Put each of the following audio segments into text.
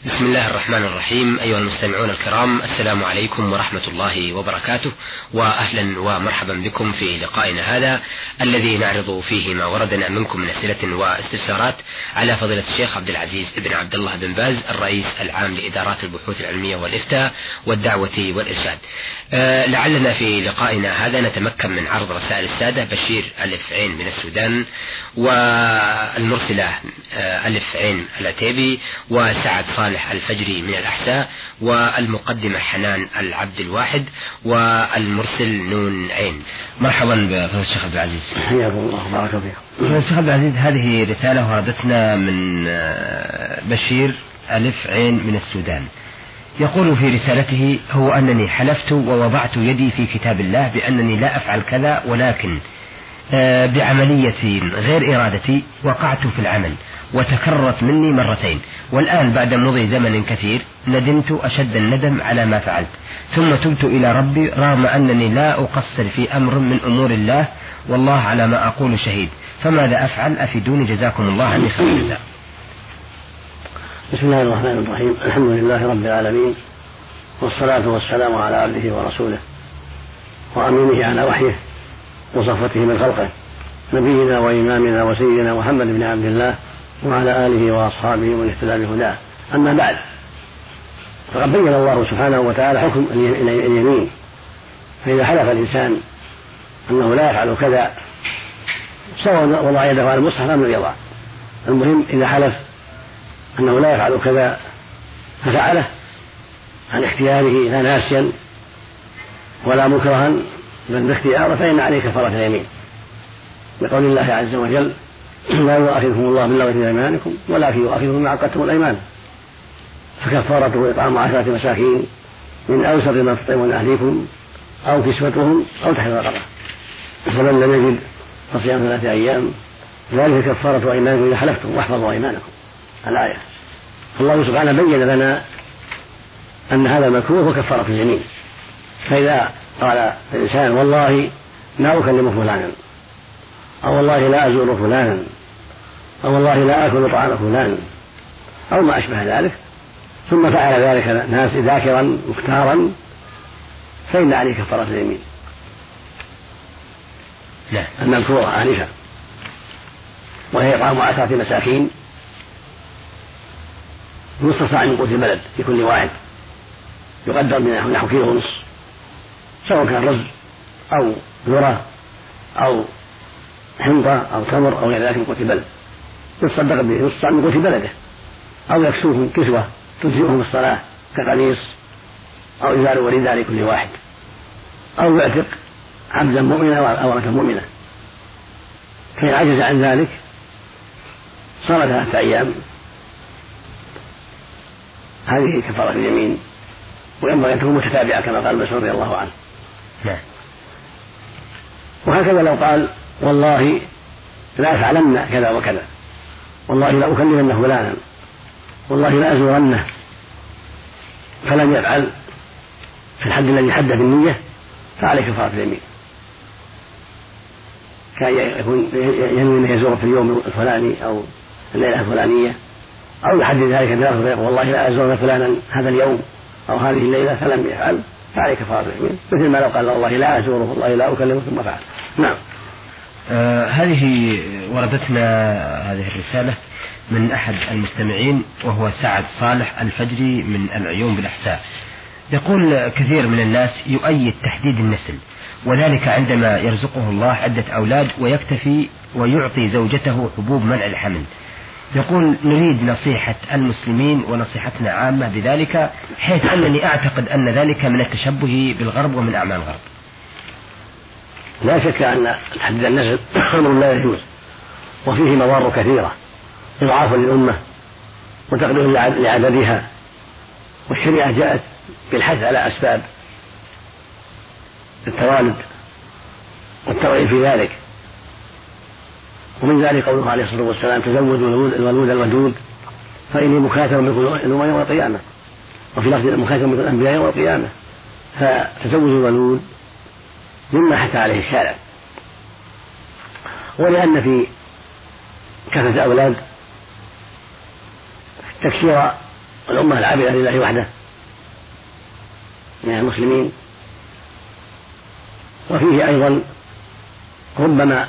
بسم الله الرحمن الرحيم. أيها المستمعون الكرام، السلام عليكم ورحمة الله وبركاته، وأهلا ومرحبا بكم في لقائنا هذا الذي نعرض فيه ما وردنا منكم من أسئلة واستفسارات على فضيلة الشيخ عبد العزيز بن عبد الله بن باز، الرئيس العام لإدارات البحوث العلمية والإفتاء والدعوة والإرشاد. لعلنا في لقائنا هذا نتمكن من عرض رسائل السادة بشير ألف عين من السودان، والمرسلة ألف عين العتيبي، وسعد صالح الفجري من الأحساء، والمقدمة حنان العبد الواحد، والمرسل نون عين. مرحبا بفضل الشيخ عبد العزيز. حياكم الله وبارك فيكم. الشيخ عبد العزيز، هذه رسالة وردتنا من بشير ألف عين من السودان، يقول في رسالته: هو أنني حلفت ووضعت يدي في كتاب الله بأنني لا أفعل كذا، ولكن بعملية غير إرادتي وقعت في العمل وتكررت مني مرتين، والآن بعد مضي زمن كثير ندمت أشد الندم على ما فعلت، ثم تبت إلى ربي رغم أنني لا أقصر في أمر من أمور الله، والله على ما أقول شهيد، فماذا أفعل؟ أفيدوني جزاكم الله عني خير الجزاء. بسم الله الرحمن الرحيم. الحمد لله رب العالمين، والصلاة والسلام على عبده ورسوله وأمينه على وحيه وصفته من خلقه، نبينا وإمامنا وسيدنا محمد بن عبد الله وعلى آله وأصحابه ومن اهتدى بهداه. أما بعد، فقد بين الله سبحانه وتعالى حكم اليمين، فإذا حلف الإنسان أنه لا يفعل كذا سواء وضع يده على المصحف أم لم يضع، المهم إذا حلف أنه لا يفعل كذا ففعله عن اختياره لا ناسيا ولا مكرها بل باختياره، فإن عليه كفارة اليمين، لقول الله عز وجل: لا يؤاخذكم الله باللغو في أيمانكم ولكن يؤاخذكم بما عقدتم الأيمان، فكفارته إطعام 10 مساكين من أوسط ما تطعمون أهليكم أو كسوتهم أو تحرير رقبة، فمن لم يجد فصيام 3 أيام، ذلك كفارة أيمانكم إذا حلفتم واحفظوا أيمانكم. الآية. فالله سبحانه بين لنا أن هذا مكروه وكفارة اليمين، فإذا قال الإنسان: والله لا أكلم فلانا، أو والله لا أزور فلانا، أو والله لا أكل طعام فلان، أو ما أشبه ذلك، ثم فعل ذلك ناس ذاكرا مختارا، فإن عليه كفارة اليمين المذكورة آنفا، وهي إطعام 10 مساكين نصف صاع من قوت البلد في كل واحد، يقدر من نحو كيلو ونصف، سواء كان رز أو ذرة أو حنطة أو تمر أو غير ذلك من قوت البلد، يتصدق بنصف صاع من قوت بلده، أو يكسوهم كسوة تجزئهم الصلاة كقميص أو إزار ورداء لكل واحد، أو يعتق عبدا مؤمنا أو أمة مؤمنة، فإن عجز عن ذلك صار 3 أيام. هذه كفارة اليمين، وينبغي أن تكون متتابعة كما قال مسعود رضي الله عنه. وهكذا لو قال: والله لا أفعلن كذا وكذا، والله لا أكلمن فلانا، والله لا أزورنه، فلم يفعل في الحد الذي حد في النية، فعليه كفارة اليمين. كان يكون ينوي أن يزور في اليوم الفلاني أو الليلة الفلانية، أو يحدد ذلك بلفظ: والله لا أزور فلانا هذا اليوم أو هذه الليلة، فلم يفعل، فعليه كفارة اليمين، مثل ما لو قال: والله لا أزوره، والله لا أكلمه، ثم فعل. نعم. هذه وردتنا هذه الرسالة من أحد المستمعين، وهو سعد صالح الفجري من العيون بالأحساء، يقول: كثير من الناس يؤيد تحديد النسل، وذلك عندما يرزقه الله عدة أولاد ويكتفي ويعطي زوجته حبوب منع الحمل. يقول: نريد نصيحة المسلمين ونصيحتنا عامة بذلك، حيث أنني أعتقد أن ذلك من التشبه بالغرب ومن أعمال الغرب. لا شك أن تحديد النسل أمر لا يجوز، وفيه مضار كثيرة، إضعاف للأمة وتقليل لعددها، والشريعة جاءت بالحث على أسباب التوالد والترغيب في ذلك، ومن ذلك قوله عليه الصلاة والسلام: تزوجوا الولود الودود فإني مكاثر بكم الأمم يوم القيامة، وفي لفظ مكاثر بكم الأنبياء يوم القيامة. فتزوج الولود مما حكى عليه الشارع، ولأن في كثرة أولاد تكسير والأمة العابدة لله وحده من المسلمين. وفيه أيضا ربما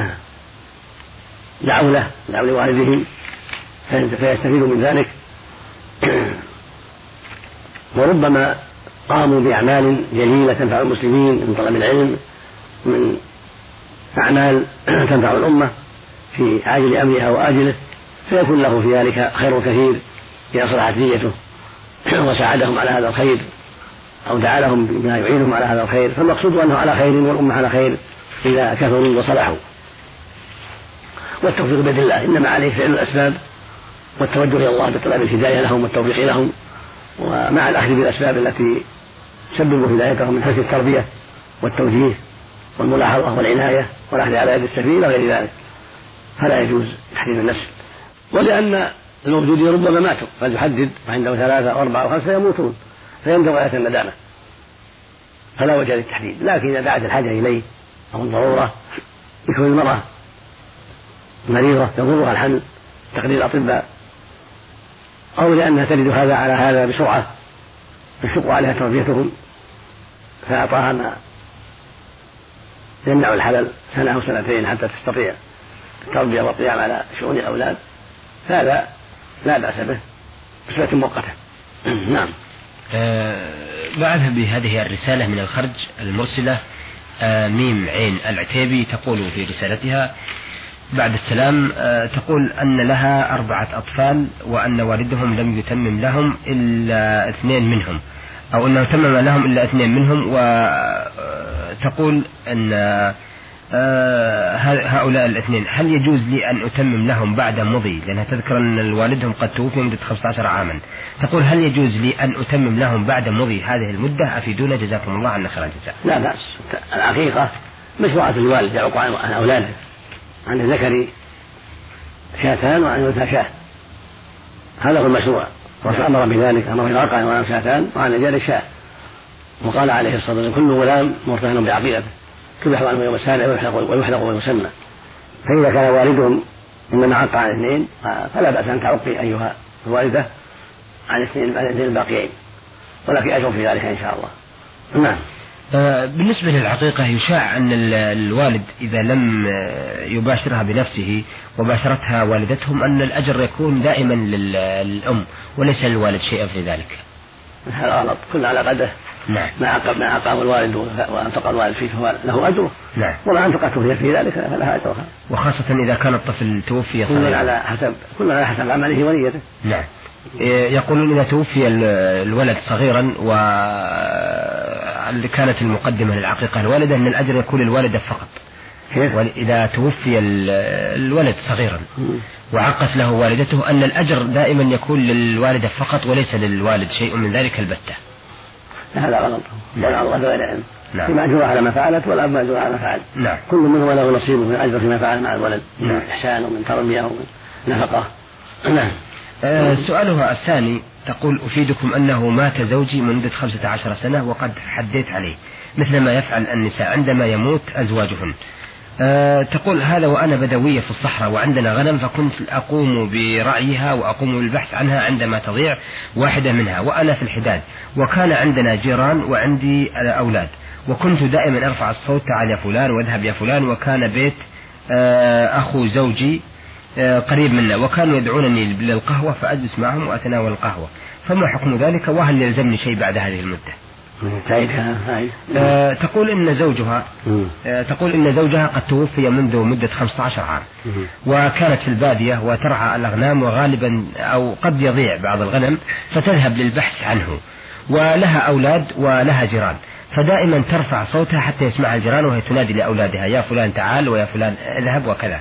دعوا لوالدهم فيستفيدوا من ذلك، وربما قاموا بأعمال جليلة تنفع المسلمين من طلب العلم، من أعمال تنفع الأمة في عاجل أمرها وآجله، فيكون له في ذلك خير كثير إذا صلحت نيته وساعدهم على هذا الخير أو دعا لهم بما يعينهم على هذا الخير، فالمقصود أنه على خير والأمة على خير إذا كثروا وصلحوا. والتوفيق بيد الله، إنما عليه فعل الأسباب والتوجه إلى الله بطلب الهداية لهم والتوفيق لهم، ومع الأخذ بالأسباب التي تسبب هدايتهم من حيث التربية والتوجيه والملاحظة والعناية والأخذ على يد السبيل وغير ذلك، فلا يجوز تحديد النسل. ولأن الموجودين ربما ماتوا، قد يحدد وعنده 3 أو 4 أو 5 يموتون فيندم آية الندامة، فلا وجه للتحديد. لكن إذا دعت الحاجة إليه أو الضرورة يكون المرأة مريضة يضرها الحمل تقدير الأطباء، أو لأنها تجد هذا على هذا بسرعة يشق عليها تربيتهم فأعطاها ما يمنع الحلل 1 أو 2 حتى تستطيع التربية والقيام على شؤون الأولاد، فهذا لا بأس به بصفة مؤقتة. نعم. بعدها بهذه الرسالة من الخرج المرسلة ميم عين العتيبي تقول في رسالتها بعد السلام، تقول أن لها 4 أطفال وأن والدهم لم يتمم لهم إلا 2 منهم، أو أنه تمم لهم إلا 2 منهم، وتقول أن هؤلاء ال2 هل يجوز لي أن أتمم لهم بعد مضي، لأنها تذكر أن والدهم قد توفي مدة 15 عاما، تقول هل يجوز لي أن أتمم لهم بعد مضي هذه المدة؟ أفيدونا جزاكم الله عنا خير الجزاء. لا بأس، العقيقة مشروعة الوالد يعوق عن أولاده، عن الذكر 2 وعن الأنثى 1، هذا هو المشروع، وأمر بذلك، أمر بالعقل وعن 2 وعن الرجال 1، وقال عليه الصلاة والسلام كل غلام مرتهن بعقيقته تذبح عنه يوم السابع ويحلق ويسمى. فإذا كان والدهم إنما عق عن 2 فلا بأس أن تعقي أيها الوالدة عن 2 الباقيين، ولكن أجر في ذلك إن شاء الله. نعم. بالنسبة للعقيقة يشاع أن الوالد إذا لم يباشرها بنفسه وباشرتها والدتهم أن الأجر يكون دائما للأم وليس للوالد شيئا في ذلك. هذا غلط، كل على قدره. نعم. ما عقب الوالد وأنفق الوالد فيه فهو له أجره، نعم. وما أنفقته في ذلك فلها أجرها، وخاصة إذا كان الطفل توفي صغيرا كل على حسب عمله ونيته. نعم. يقولون إذا توفي الولد صغيرا وكانت المقدمة للعقيقة الوالدة أن الأجر يكون للوالدة فقط. وإذا توفي الولد صغيرا وعقت له والدته أن الأجر دائما يكون للوالدة فقط وليس للوالد شيء من ذلك البتة. هذا غلط، ولا الله غير علم. نعم. فيما أجر على ما فعلت ولا ما أجر على ما فعل. نعم. كل منهم له نصيب من الأجر فيما فعل مع الولد من إحسان ومن تربية ومن نفقة. نعم. سؤالها الثاني تقول أفيدكم أنه مات زوجي منذ 15 سنة وقد حديت عليه مثل ما يفعل النساء عندما يموت أزواجهن. تقول هذا وأنا بدوية في الصحراء وعندنا غنم، فكنت أقوم برعيها وأقوم بالبحث عنها عندما تضيع واحدة منها وأنا في الحداد، وكان عندنا جيران وعندي أولاد، وكنت دائما أرفع الصوت تعال يا فلان واذهب يا فلان، وكان بيت أخو زوجي قريب منا وكانوا يدعونني للقهوة فأجلس معهم وأتناول القهوة، فما حكم ذلك وهل يلزمني شيء بعد هذه المدة؟ تقول إن زوجها قد توفي منذ مدة 15 عام وكانت في البادية وترعى الأغنام، وغالبا أو قد يضيع بعض الغنم فتذهب للبحث عنه، ولها أولاد ولها جيران، فدائما ترفع صوتها حتى يسمعها الجيران وهي تنادي لأولادها يا فلان تعال ويا فلان اذهب وكذا،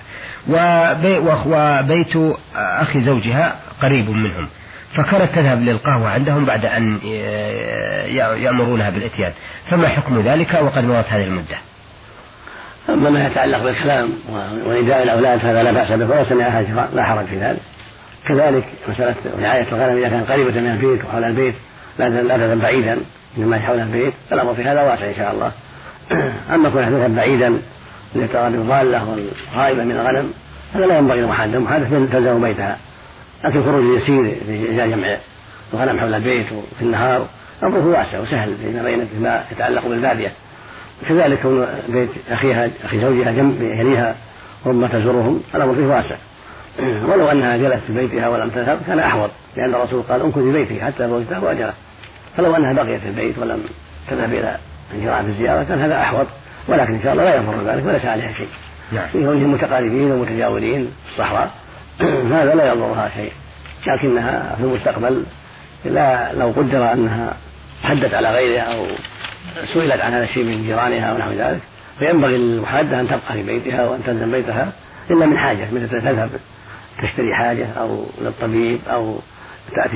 وبيت أخي زوجها قريب منهم، فكانت تذهب للقهوة عندهم بعد أن يأمرونها بالإتيان، فما حكم ذلك وقد مضت هذه المدة؟ أما ما يتعلق بالكلام ونداء الأولاد فهذا لا بأس به ولا سمعها لا حرج في ذلك. كذلك مسألة رعاية الغنم إذا كان قريبة من البيت وحول البيت لا تذهب بعيدا مما حول البيت فالأمر في هذا واسع إن شاء الله. أما كون تذهب بعيدا لترى بالضالة والغائبة من الغنم هذا لا ينبغي المحادثة تلزم بيتها، لكن الخروج يسير إلى جمع الغنم حول البيت وفي النهار أمره واسع وسهل فيما يتعلق بالبادية. كذلك كون بيت أخي زوجها يليها وربما تزورهم الأمر فيه واسع، ولو أنها جلست في بيتها ولم تذهب كان أحوط، لأن الرسول قال امكث في بيتك حتى زوجته وأجره، فلو أنها بقيت في البيت ولم تذهب إلى الجيران في الزيارة كان هذا أحوط، ولكن إن شاء الله لا يضر ذلك وليس عليها شيء. في كونهم متقاربين ومتجاورين في الصحراء هذا لا يضرها شيء، لكنها في المستقبل لو قدر أنها حدت على غيرها أو سئلت عن هذا الشيء من جيرانها ونحو ذلك فينبغي للمحادة أن تبقى في بيتها وأن تلزم بيتها إلا من حاجة، مثل تذهب تشتري حاجة أو للطبيب أو تأتي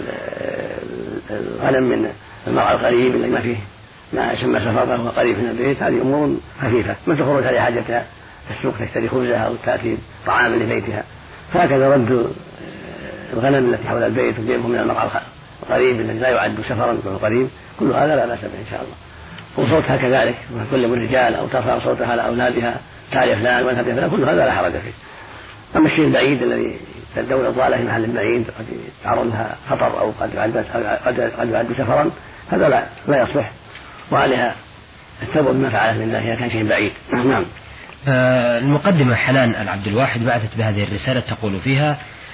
بالغنم من المرعى القريب اللي ما فيه ما يسمى سفر وهو قريب من البيت، هذه أمور خفيفة، ما تخرج على حاجتها في السوق تشتري خبزها أو تأتي طعاما لبيتها. فهكذا رد الغنم التي حول البيت وجيبه من المرعى القريب الذي لا يعد سفرا وهو قريب، كل هذا لا بأس به إن شاء الله. وصوتها كذلك كل من الرجال أو ترفع صوتها على أولادها تعالى فلان واذهب يا فلان، كل هذا لا حرج فيه. أما الشيء البعيد الذي الدولة ضالة في محل بعيد قد يتعرض لها خطر أو قد يعد سفرا، هذا لا يصلح، وعليها التوبة بما فعلت من الله إذا كان شيء بعيد. نعم. المقدمة حنان العبد الواحد بعثت بهذه الرسالة تقول فيها: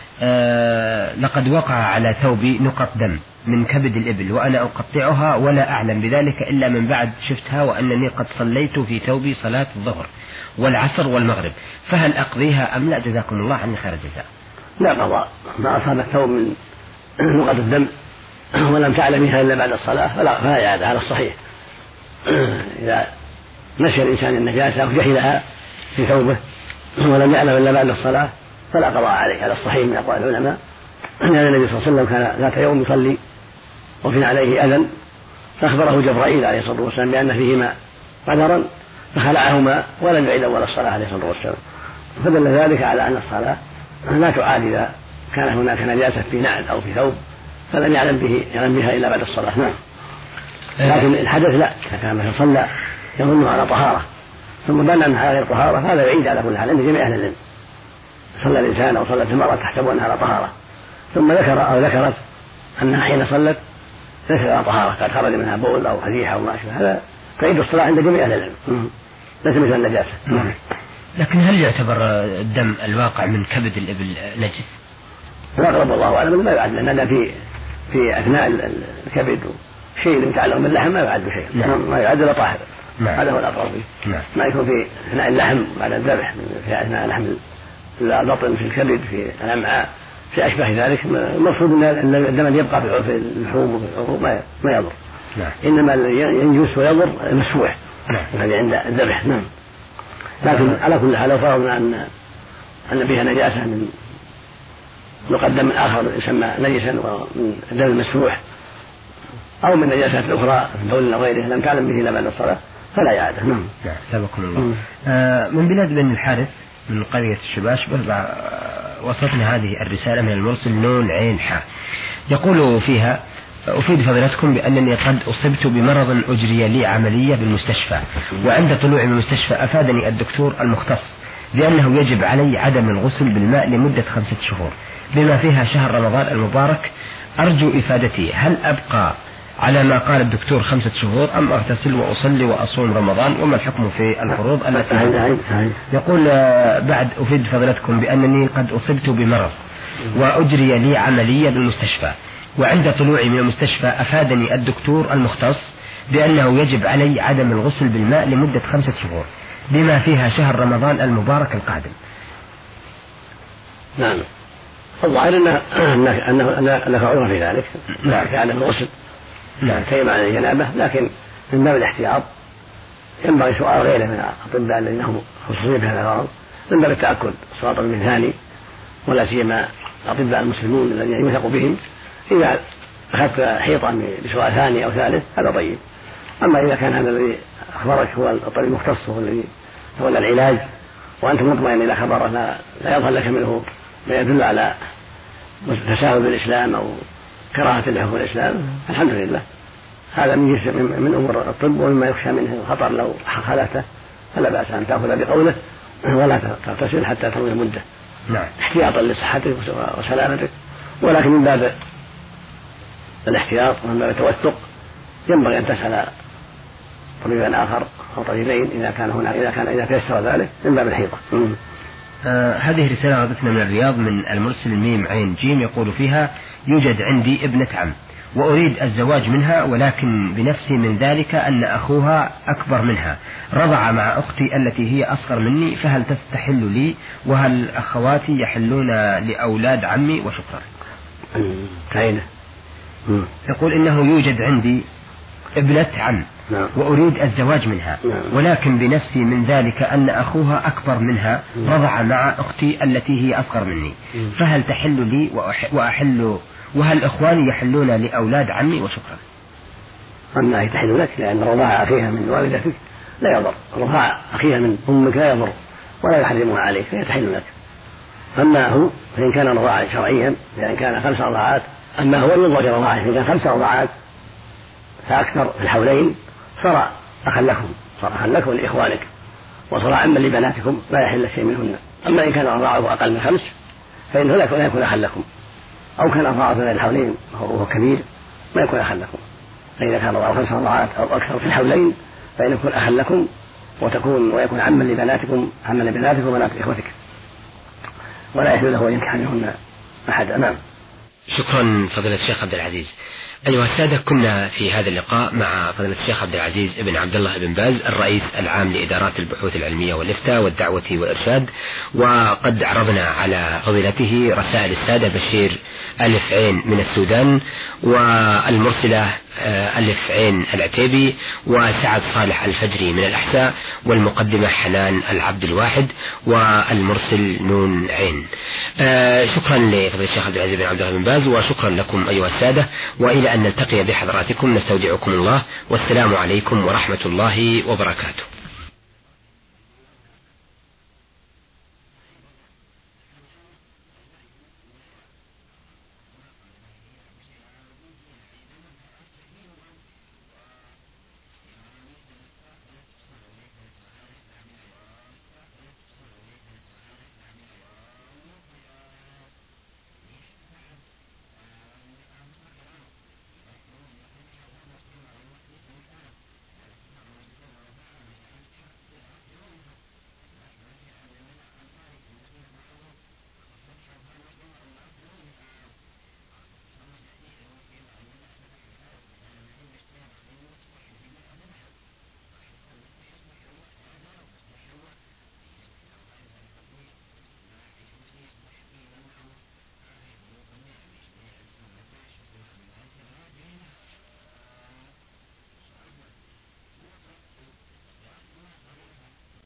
لقد وقع على ثوبي نقط دم من كبد الإبل وأنا أقطعها ولا أعلم بذلك إلا من بعد شفتها وأنني قد صليت في ثوبي صلاة الظهر والعصر والمغرب، فهل أقضيها أم لا؟ جزاكم الله عني خير الجزاء. لا قضاء، ما أصاب الثوب من نقط الدم ولم تعلمها إلا بعد الصلاة فلا يعاد على الصحيح. إذا نسي الإنسان النجاسة أو جهلها في ثوبه ولم يعلم إلا بعد الصلاة فلا قضاء عليه، على الصحيح من أقوال العلماء، لأن النبي صلى الله عليه وسلم كان ذات يوم يصلي وفي عليه أذى فأخبره جبرائيل عليه الصلاة والسلام بأن فيهما قدرا فخلعهما ولم يعيد أول الصلاة عليه الصلاة والسلام، فدل ذلك على أن الصلاة لا تعاد إذا كان هناك نجاسة في نعل أو في ثوب فلم يعلم بها إلا بعد الصلاة. نعم. لكن الحدث لا، إذا كان مثلا صلى يظن على طهارة ثم بان أنها غير طهارة هذا يعيد على كل حال عند جميع أهل العلم. صلى الإنسان أو صلت المرأة تحسب أنها على طهارة ثم ذكرت أنها حين صلت ليست على طهارة قد خرج منها بول أو ريح أو ما أشبه، هذا تعيد الصلاة عند جميع أهل العلم، ليس مثل النجاسة. لكن هل يعتبر الدم الواقع من كبد الإبل نجس؟ الأقرب والله أعلم ما يعد، لأن في أثناء الكبد شيء يتعلق باللحم ما يعد شيء. ما يعد إلا طاهر. هذا هو الأقرب فيه. ما يكون في أثناء اللحم بعد الذبح، في أثناء لحم البطن في الكبد في الأمعاء في أشبه ذلك، المقصود أن الدم يبقى في اللحوم وفي العروق ما يضر. إنما ينجس ويضر المسفوح الذي عند الذبح. نعم. لكن على كل حال لو فرضنا أن فيها نجاسة من مقدم آخر يسمى نجسا ومن الدم المسفوح أو من نجاسات أخرى في البول أو غيره لم تعلم به إلا بعد الصلاة فلا يعاده. نعم. سبحكم الله. من بلاد بني الحارث من قرية الشباش وصلتنا هذه الرسالة من المرسل نون عين حاء، يقول فيها: أفيد فضيلتكم بأنني قد أصبت بمرض أجري لي عملية بالمستشفى، وعند طلوعي من المستشفى أفادني الدكتور المختص بأنه يجب علي عدم الغسل بالماء لمدة 5 شهور بما فيها شهر رمضان المبارك. أرجو إفادتي، هل أبقى على ما قال الدكتور 5 شهور أم أغتسل وأصلي وأصوم رمضان؟ وما الحكم في الفروض التي يقول بعد أفيد فضيلتكم بأنني قد أصبت بمرض وأجري لي عملية بالمستشفى، وعند طلوعي من المستشفى أفادني الدكتور المختص بأنه يجب علي عدم الغسل بالماء لمدة 5 شهور بما فيها شهر رمضان المبارك القادم. نعم. الظاهر أنك عذر في ذلك في عدم الغسل كيما عن الجنابة، لكن من باب الاحتياط ينبغي سؤال غيره من الأطباء الذين هم خصوصيين بهذا المرض من باب التأكد الصراط من ثاني، ولا سيما الأطباء المسلمون الذين يوثق بهم. إذا أخذت حيطا بسؤال ثاني أو ثالث هذا طيب. أما إذا كان هذا الذي أخبرك هو الطبيب المختص هو الذي تولى العلاج وأنت مطمئن إلى خبره لا يظهر لك منه ما يدل على تساهل بالإسلام أو كراهة لحكم الإسلام، الحمد لله، هذا من أمور الطب ومما يخشى منه الخطر لو خالفته، فلا بأس أن تأخذ بقوله ولا تغتسل حتى تطول المدة. نعم. احتياطا لصحتك وسلامتك، ولكن من باب الاحتياط ومن باب التوثق ينبغي أن تسأل طبيبا آخر أو طبيبين إذا تيسر ذلك من باب الحيطة. هذه رسالة وردتنا من الرياض من المرسل ميم عين جيم، يقول فيها: يوجد عندي ابنة عم وأريد الزواج منها، ولكن بنفسي من ذلك أن أخوها أكبر منها رضع مع أختي التي هي أصغر مني، فهل تستحل لي؟ وهل أخواتي يحلون لأولاد عمي؟ وشكرا. يقول إنه يوجد عندي ابنة عم وأريد الزواج منها، ولكن بنفسي من ذلك أن أخوها أكبر منها رضع مع أختي التي هي أصغر مني، فهل تحل لي وهل إخواني يحلون لأولاد عمي؟ وشكرا. أما هي تحل لك، لأن رضاع أخيها من والدتك لا يضر، رضاع أخيها من أمك لا يضر ولا يحرمها عليك، فهي تحل لك. أما هو فإن كان رضاعا شرعيا، لأن كان 5 رضاعات، أما هو ينظر في رضاعه، فإن كان 5 رضاعات فأكثر في الحولين صار أخا لكم لإخوانك، وصار عما لبناتكم لا يحل شيء منهن. أما إن كان رضاعه أقل من 5 فإنه لا يكون أخا لكم، أو كان رضاعه بين الحولين وهو كبير ما يكون أخا لكم. فإذا كان رضاعه 5 رضاعات أو أكثر في الحولين فإن يكون أخا لكم ويكون عما لبناتكم وبنات إخوتك، ولا يحل له أن ينكح منهن أحد. أمام. شكرا فضيلة الشيخ عبد العزيز. أيها السادة، كنا في هذا اللقاء مع فضيلة الشيخ عبد العزيز بن عبد الله بن باز، الرئيس العام لإدارات البحوث العلمية والإفتاء والدعوة والإرشاد، وقد عرضنا على فضيلته رسائل السادة بشير ألف عين من السودان، والمرسلة ألف عين العتيبي، وسعد صالح الفجري من الأحساء، والمقدمة حنان العبد الواحد، والمرسل نون عين. شكرا لفضيلة الشيخ عبد العزيز بن عبد الله بن باز، وشكرا لكم أيها السادة، وإلى أن نلتقي بحضراتكم نستودعكم الله، والسلام عليكم ورحمة الله وبركاته.